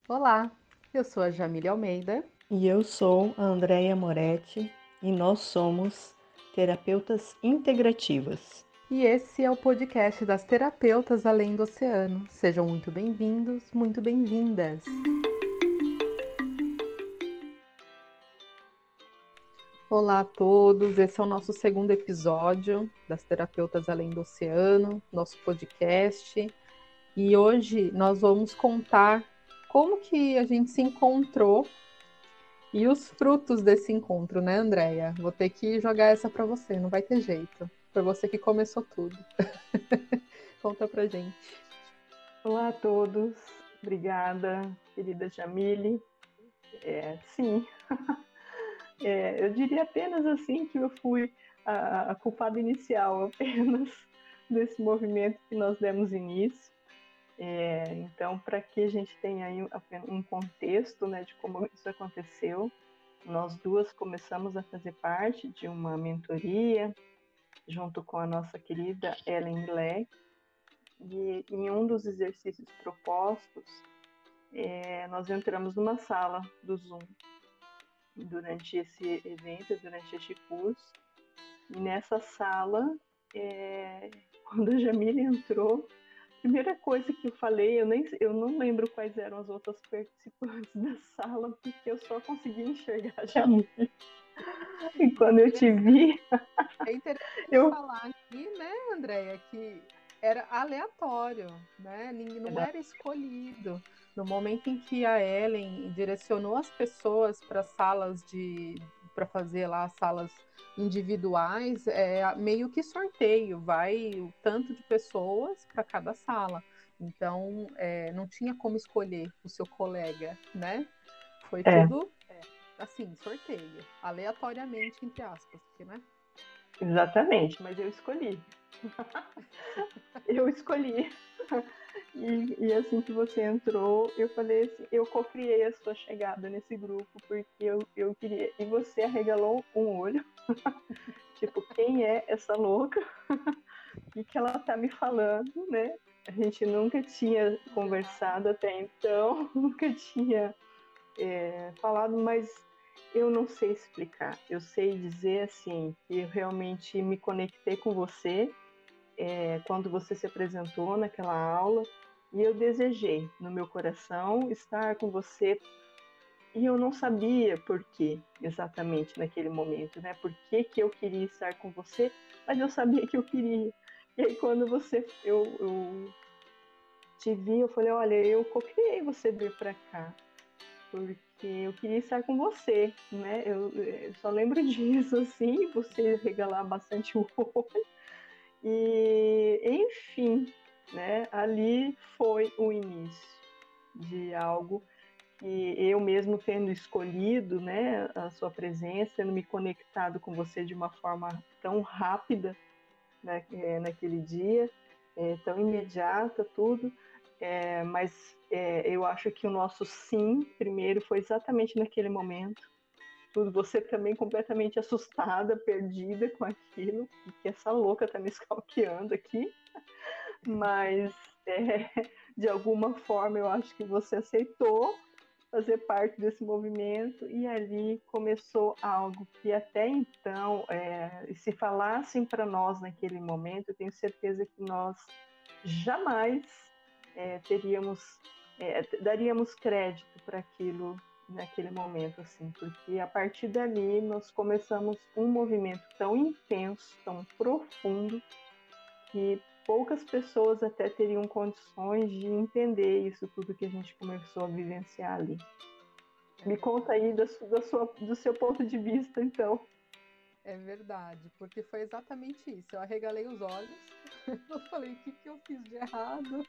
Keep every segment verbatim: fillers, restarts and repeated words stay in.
Olá, eu sou a Jamília Almeida. E eu sou a Andrea Moretti e nós somos terapeutas integrativas. E esse é o podcast das Terapeutas Além do Oceano. Sejam muito bem-vindos, muito bem-vindas. Olá a todos, esse é o nosso segundo episódio das Terapeutas Além do Oceano, nosso podcast. E hoje nós vamos contar como que a gente se encontrou e os frutos desse encontro, né, Andréia? Vou ter que jogar essa para você, não vai ter jeito. Foi você que começou tudo. Conta pra gente. Olá a todos, obrigada, querida Jamile. É, sim, é, eu diria apenas assim que eu fui a, a culpada inicial apenas desse movimento que nós demos início. É, então, para que a gente tenha aí um contexto, né, de como isso aconteceu, nós duas começamos a fazer parte de uma mentoria junto com a nossa querida Ellen Leck, e em um dos exercícios propostos, é, nós entramos numa sala do Zoom durante esse evento, durante este curso, e nessa sala, é, quando a Jamile entrou, a primeira coisa que eu falei, eu, nem, eu não lembro quais eram as outras participantes da sala, porque eu só consegui enxergar a Jamile. E quando eu te vi, É interessante eu... falar aqui, né, Andréia, que era aleatório, né? Não era escolhido. No momento em que a Ellen direcionou as pessoas para salas de para fazer lá salas individuais, é meio que sorteio, vai o tanto de pessoas para cada sala. Então, é, não tinha como escolher o seu colega, né? Foi É, tudo assim, sorteio, aleatoriamente, entre aspas, né? exatamente, mas eu escolhi. Eu escolhi. E, e assim que você entrou, eu falei assim, eu cocriei a sua chegada nesse grupo, porque eu, eu queria. E você arregalou um olho. Tipo, quem é essa louca? O que ela tá me falando, né? A gente nunca tinha conversado até então, nunca tinha é, falado, mas eu não sei explicar. Eu sei dizer assim que eu realmente me conectei com você é, quando você se apresentou naquela aula, e eu desejei no meu coração estar com você, e eu não sabia por que exatamente naquele momento, né? Por que, que eu queria estar com você, mas eu sabia que eu queria. E aí quando você eu, eu te vi, eu falei, olha, eu cocriei você vir para cá, porque eu queria estar com você, né? Eu, eu só lembro disso, assim, você regalar bastante o olho. E, enfim, né, ali foi o início de algo que eu mesmo tendo escolhido, né, a sua presença, tendo me conectado com você de uma forma tão rápida, né, é, naquele dia, é, tão imediata, tudo, é, mas é, eu acho que o nosso sim, primeiro, foi exatamente naquele momento, tudo, você também completamente assustada, perdida com aquilo, que essa louca tá me stalkeando aqui, mas é, de alguma forma eu acho que você aceitou fazer parte desse movimento, e ali começou algo que até então, é, se falassem para nós naquele momento, eu tenho certeza que nós jamais é, teríamos, é, daríamos crédito para aquilo naquele momento, assim, porque a partir dali nós começamos um movimento tão intenso, tão profundo, que poucas pessoas até teriam condições de entender isso tudo que a gente começou a vivenciar ali. Me conta aí da, da sua, do seu ponto de vista, então. É verdade, porque foi exatamente isso. Eu arregalei os olhos, eu falei, o que, que eu fiz de errado?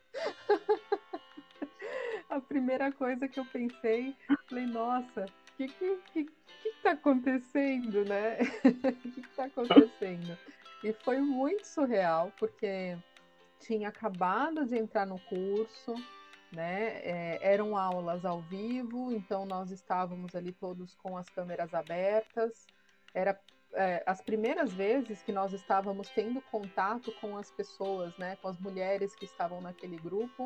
A primeira coisa que eu pensei, falei, nossa, o que que, que, que tá acontecendo, né? O que que tá acontecendo? E foi muito surreal, porque tinha acabado de entrar no curso, né? É, eram aulas ao vivo, então nós estávamos ali todos com as câmeras abertas. Era é, as primeiras vezes que nós estávamos tendo contato com as pessoas, né? Com as mulheres que estavam naquele grupo.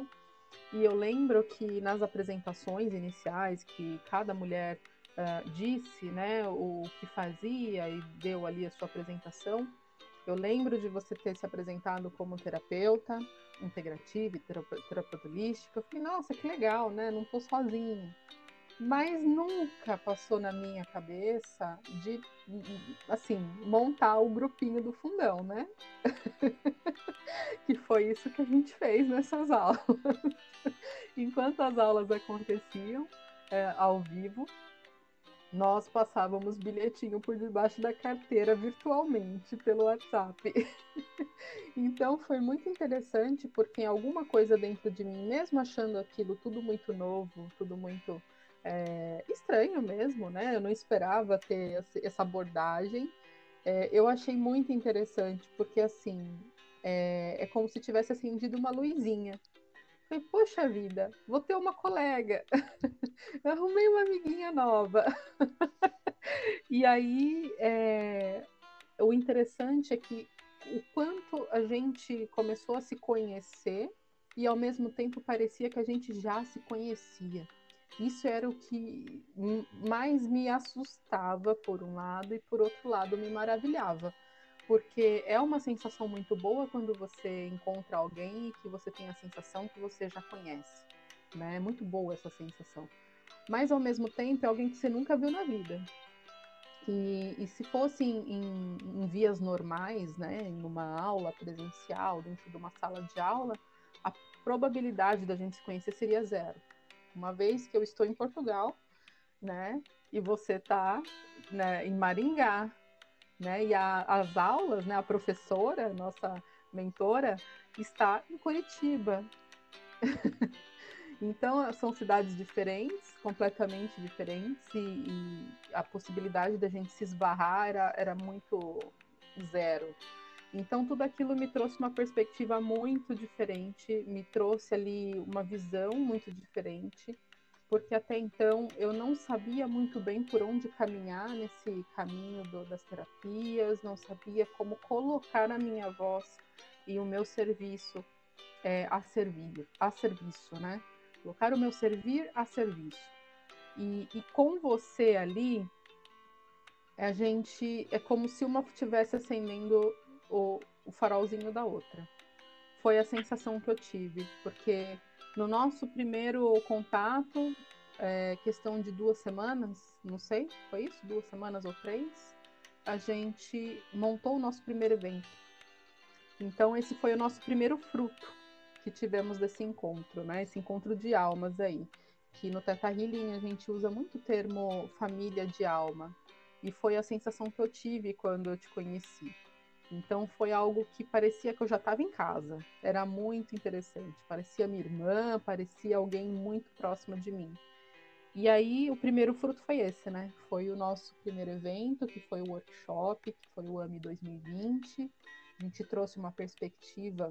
E eu lembro que nas apresentações iniciais, que cada mulher uh, disse, né, o que fazia e deu ali a sua apresentação, eu lembro de você ter se apresentado como terapeuta integrativa e terapeuta holística. Eu falei, nossa, que legal, né? Não estou sozinha. Mas nunca passou na minha cabeça de, assim, montar o grupinho do fundão, né? Que foi isso que a gente fez nessas aulas. Enquanto as aulas aconteciam é, ao vivo, nós passávamos bilhetinho por debaixo da carteira virtualmente pelo WhatsApp. Então foi muito interessante, porque alguma coisa dentro de mim, mesmo achando aquilo tudo muito novo, tudo muito é, estranho mesmo, né? Eu não esperava ter essa abordagem. É, eu achei muito interessante, porque assim, é, é como se tivesse acendido uma luzinha. Falei, poxa vida, vou ter uma colega. Eu arrumei uma amiguinha nova. E aí, é, o interessante é que o quanto a gente começou a se conhecer e ao mesmo tempo parecia que a gente já se conhecia. Isso era o que mais me assustava por um lado e por outro lado me maravilhava, porque é uma sensação muito boa quando você encontra alguém e que você tem a sensação que você já conhece, né? É muito boa essa sensação, mas ao mesmo tempo é alguém que você nunca viu na vida. E, e se fosse em, em, em vias normais, né, em uma aula presencial, dentro de uma sala de aula, a probabilidade da gente se conhecer seria zero. Uma vez que eu estou em Portugal, né, e você está, né, em Maringá, né, e a, as aulas, né, a professora, nossa mentora, está em Curitiba. Então, são cidades diferentes, completamente diferentes, e, e a possibilidade da gente se esbarrar era, era muito zero. Então, tudo aquilo me trouxe uma perspectiva muito diferente, me trouxe ali uma visão muito diferente, porque até então eu não sabia muito bem por onde caminhar nesse caminho do, das terapias, não sabia como colocar a minha voz e o meu serviço é, a servir, a serviço, né? Colocar o meu servir a serviço. E, e com você ali, a gente é como se uma estivesse acendendo o, o farolzinho da outra. Foi a sensação que eu tive, porque no nosso primeiro contato, é, questão de duas semanas, não sei, foi isso? Duas semanas ou três, a gente montou o nosso primeiro evento. Então, esse foi o nosso primeiro fruto que tivemos desse encontro, né? Esse encontro de almas aí, que no Theta Healing a gente usa muito o termo família de alma, e foi a sensação que eu tive quando eu te conheci. Então foi algo que parecia que eu já estava em casa, era muito interessante, parecia minha irmã, parecia alguém muito próximo de mim. E aí o primeiro fruto foi esse, né? Foi o nosso primeiro evento, que foi o workshop, que foi o A M I dois mil e vinte. A gente trouxe uma perspectiva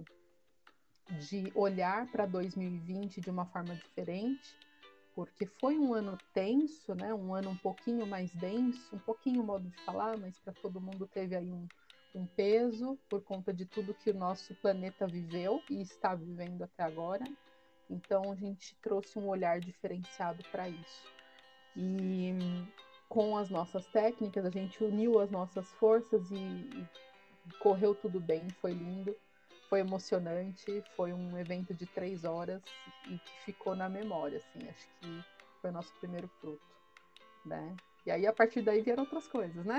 de olhar para dois mil e vinte de uma forma diferente, porque foi um ano tenso, né? Um ano um pouquinho mais denso, um pouquinho modo de falar, mas para todo mundo teve aí um, um peso por conta de tudo que o nosso planeta viveu e está vivendo até agora. Então a gente trouxe um olhar diferenciado para isso. E com as nossas técnicas, a gente uniu as nossas forças e, e correu tudo bem, foi lindo. Foi emocionante, foi um evento de três horas e que ficou na memória, assim, acho que foi o nosso primeiro fruto, né? E aí, a partir daí, vieram outras coisas, né?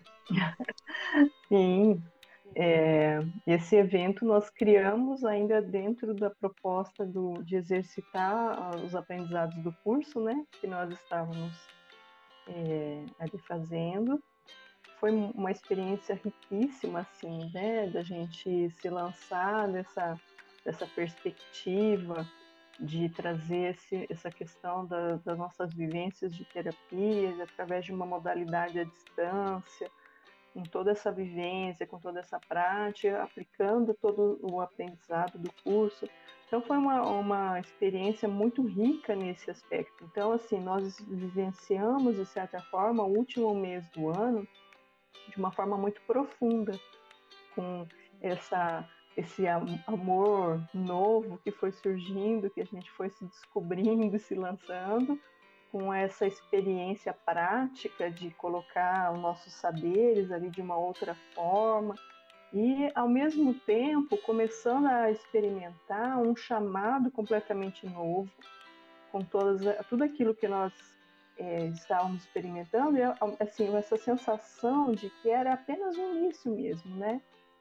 Sim, é, esse evento nós criamos ainda dentro da proposta do, de exercitar os aprendizados do curso, né? Que nós estávamos é, ali fazendo. Foi uma experiência riquíssima, assim, né, da gente se lançar nessa, dessa perspectiva de trazer esse, essa questão da, das nossas vivências de terapias através de uma modalidade à distância, com toda essa vivência, com toda essa prática, aplicando todo o aprendizado do curso. Então, foi uma, uma experiência muito rica nesse aspecto. Então, assim, nós vivenciamos, de certa forma, o último mês do ano de uma forma muito profunda, com essa esse amor novo que foi surgindo, que a gente foi se descobrindo, se lançando, com essa experiência prática de colocar os nossos saberes ali de uma outra forma, e ao mesmo tempo começando a experimentar um chamado completamente novo, com todas, tudo aquilo que nós é, estávamos experimentando, e assim, essa sensação de que era apenas um início mesmo, né?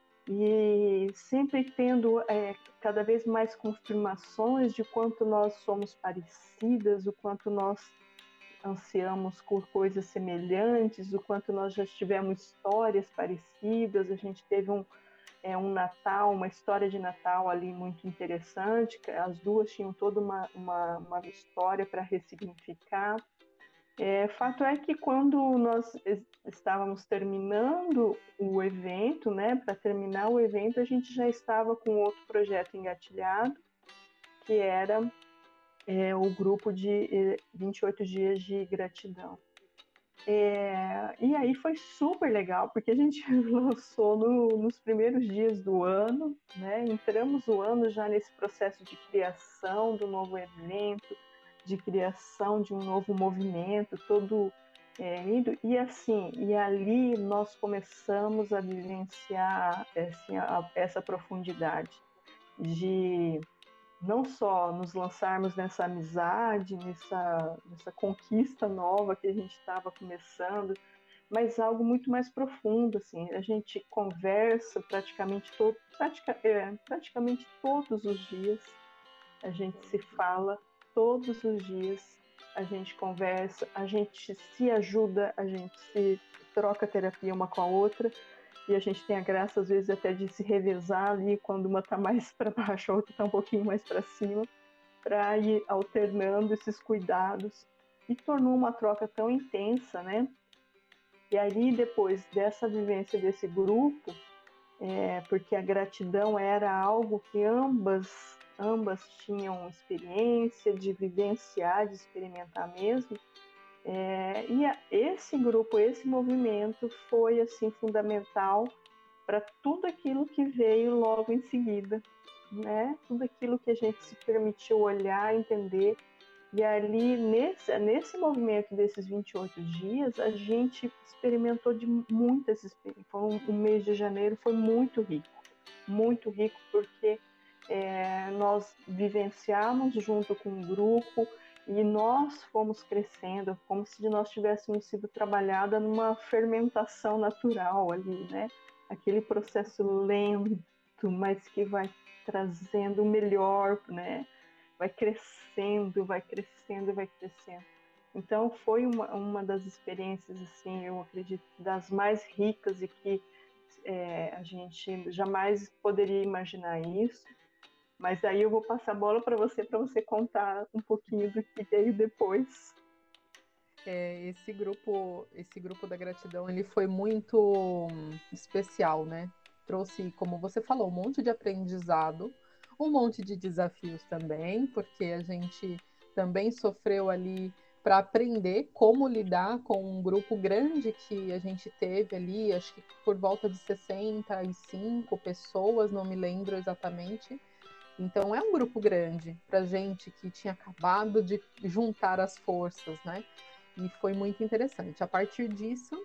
E sempre tendo é, cada vez mais confirmações de quanto nós somos parecidas, o quanto nós ansiamos por coisas semelhantes, o quanto nós já tivemos histórias parecidas. A gente teve um, é, um Natal, uma história de Natal ali muito interessante, as duas tinham toda uma, uma, uma história para ressignificar. É, fato é que quando nós estávamos terminando o evento, né, para terminar o evento, a gente já estava com outro projeto engatilhado, que era é, o grupo de vinte e oito dias de gratidão. É, e aí foi super legal, porque a gente lançou no, nos primeiros dias do ano, né, entramos o ano já nesse processo de criação do novo evento, de criação de um novo movimento, todo é, lindo. E assim, e ali nós começamos a vivenciar assim, a, essa profundidade de não só nos lançarmos nessa amizade, nessa, nessa conquista nova que a gente estava começando, mas algo muito mais profundo, assim. A gente conversa praticamente, todo, pratica, é, praticamente todos os dias, a gente se fala todos os dias, a gente conversa, a gente se ajuda, a gente se troca terapia uma com a outra, e a gente tem a graça, às vezes, até de se revezar ali, quando uma está mais para baixo, a outra está um pouquinho mais para cima, para ir alternando esses cuidados. E tornou uma troca tão intensa, né? E aí, depois dessa vivência desse grupo, é, porque a gratidão era algo que ambas ambas tinham experiência de vivenciar, de experimentar mesmo. É, e a, esse grupo, esse movimento foi assim fundamental para tudo aquilo que veio logo em seguida, né? Tudo aquilo que a gente se permitiu olhar, entender. E ali, nesse, nesse movimento desses vinte e oito dias, a gente experimentou de muitas experiências. Um, um mês de janeiro foi muito rico, muito rico, porque é, nós vivenciamos junto com um grupo e nós fomos crescendo, como se nós tivéssemos sido trabalhada numa fermentação natural ali, né? Aquele processo lento, mas que vai trazendo o melhor, né? Vai crescendo, vai crescendo, vai crescendo. Então foi uma, uma das experiências, assim, eu acredito, das mais ricas e que é, a gente jamais poderia imaginar isso. Mas aí eu vou passar a bola para você, para você contar um pouquinho do que veio depois. É, esse grupo, esse grupo da gratidão, ele foi muito especial, né? Trouxe, como você falou, um monte de aprendizado, um monte de desafios também, porque a gente também sofreu ali para aprender como lidar com um grupo grande que a gente teve ali, acho que por volta de sessenta e cinco pessoas, não me lembro exatamente. Então é um grupo grande para gente que tinha acabado de juntar as forças, né? E foi muito interessante. A partir disso,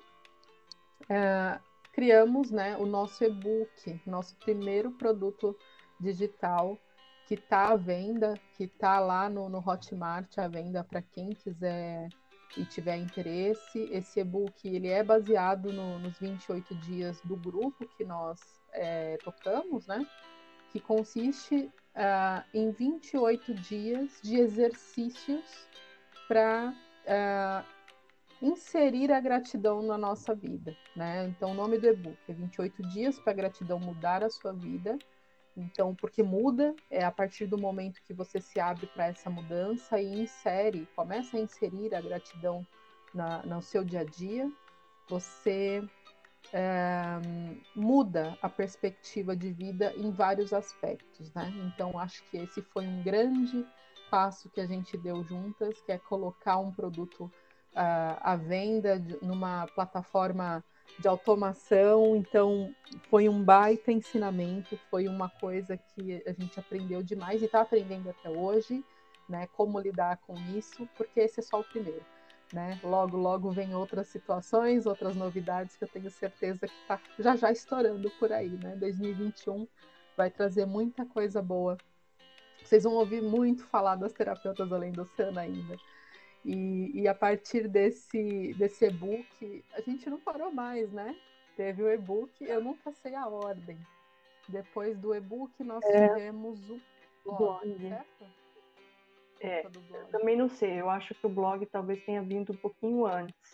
é, criamos, né, o nosso e-book, nosso primeiro produto digital que está à venda, que está lá no, no Hotmart à venda para quem quiser e tiver interesse. Esse e-book ele é baseado no, nos vinte e oito dias do grupo que nós é, tocamos, né? Que consiste uh, em vinte e oito dias de exercícios para uh, inserir a gratidão na nossa vida, né? Então, o nome do e-book é vinte e oito dias para a gratidão mudar a sua vida. Então, porque muda é a partir do momento que você se abre para essa mudança e insere, começa a inserir a gratidão na, no seu dia a dia, você é, muda a perspectiva de vida em vários aspectos, né? Então, acho que esse foi um grande passo que a gente deu juntas, que é colocar um produto uh, à venda de, numa plataforma de automação. Então, foi um baita ensinamento, foi uma coisa que a gente aprendeu demais e está aprendendo até hoje, né? Como lidar com isso, porque esse é só o primeiro. Né? Logo, logo vem outras situações, outras novidades que eu tenho certeza que está já já estourando por aí. Né? dois mil e vinte e um vai trazer muita coisa boa. Vocês vão ouvir muito falar das terapeutas além do oceano ainda. E, e a partir desse, desse e-book, a gente não parou mais, né? Teve o e-book, eu nunca sei a ordem. Depois do e-book, nós É, tivemos o blog, blog. certo? É, Do blog. eu também não sei, eu acho que o blog talvez tenha vindo um pouquinho antes.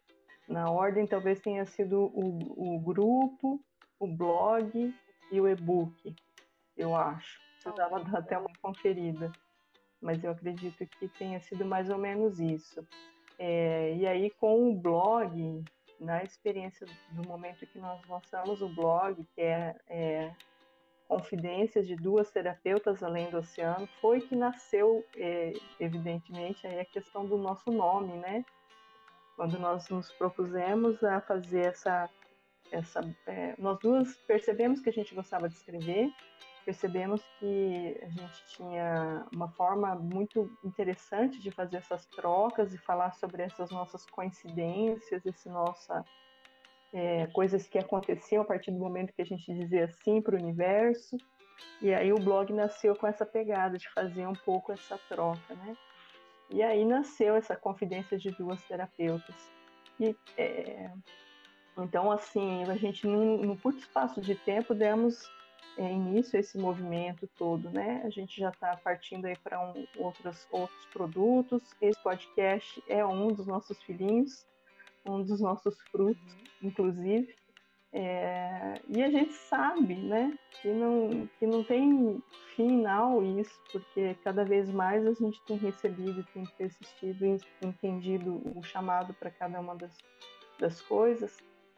Na ordem, talvez tenha sido o, o grupo, o blog e o e-book, eu acho. Precisava dar até uma conferida, mas eu acredito que tenha sido mais ou menos isso. É, e aí, com o blog, na experiência do momento que nós lançamos o blog, que é, é Confidências de Duas Terapeutas Além do Oceano, foi que nasceu, é, evidentemente, aí a questão do nosso nome, né? Quando nós nos propusemos a fazer essa... essa é, nós duas percebemos que a gente gostava de escrever, percebemos que a gente tinha uma forma muito interessante de fazer essas trocas e falar sobre essas nossas coincidências, esse nossa, é, coisas que aconteciam a partir do momento que a gente dizia sim para o universo. E aí o blog nasceu com essa pegada de fazer um pouco essa troca, né? E aí nasceu essa Confidência de Duas Terapeutas. E, é, então, assim, a gente, num, num curto espaço de tempo, demos é, início a esse movimento todo, né? A gente já está partindo aí para um, outros, outros produtos. Esse podcast é um dos nossos filhinhos, um dos nossos frutos, inclusive. É, e a gente sabe, né, que não, que não tem final isso, porque cada vez mais a gente tem recebido, tem persistido e entendido o chamado para cada uma das, das coisas,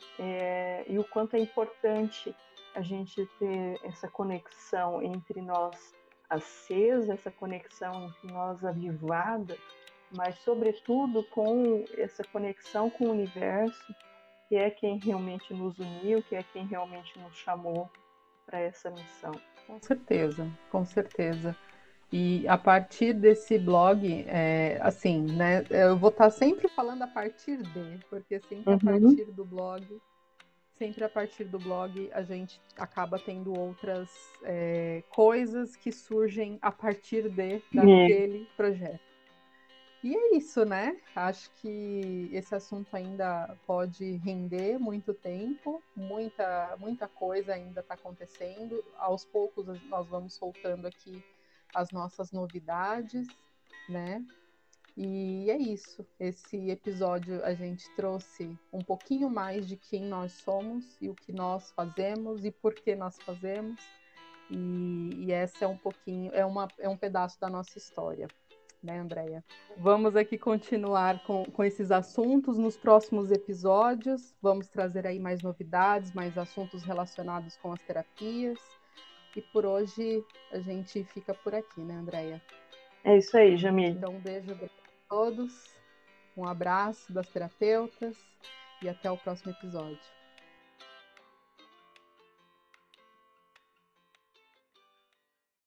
é, e o quanto é importante a gente ter essa conexão entre nós acesa, essa conexão entre nós avivada, mas sobretudo com essa conexão com o universo, que é quem realmente nos uniu, que é quem realmente nos chamou para essa missão. Com certeza, com certeza. E a partir desse blog, é, assim, né? Eu vou estar sempre falando a partir de, porque sempre a Uhum. partir do blog, sempre a partir do blog a gente acaba tendo outras é, coisas que surgem a partir de daquele projeto. E é isso, né? Acho que esse assunto ainda pode render muito tempo, muita, muita coisa ainda está acontecendo. Aos poucos nós vamos soltando aqui as nossas novidades, né? E é isso. Esse episódio a gente trouxe um pouquinho mais de quem nós somos e o que nós fazemos e por que nós fazemos. E, e essa é um pouquinho, é, uma, é um pedaço da nossa história. Né, Andréia? Vamos aqui continuar com, com esses assuntos nos próximos episódios. Vamos trazer aí mais novidades, mais assuntos relacionados com as terapias. E por hoje a gente fica por aqui, né, Andréia? É isso aí, Jamile. Então, um beijo a todos, um abraço das terapeutas e até o próximo episódio.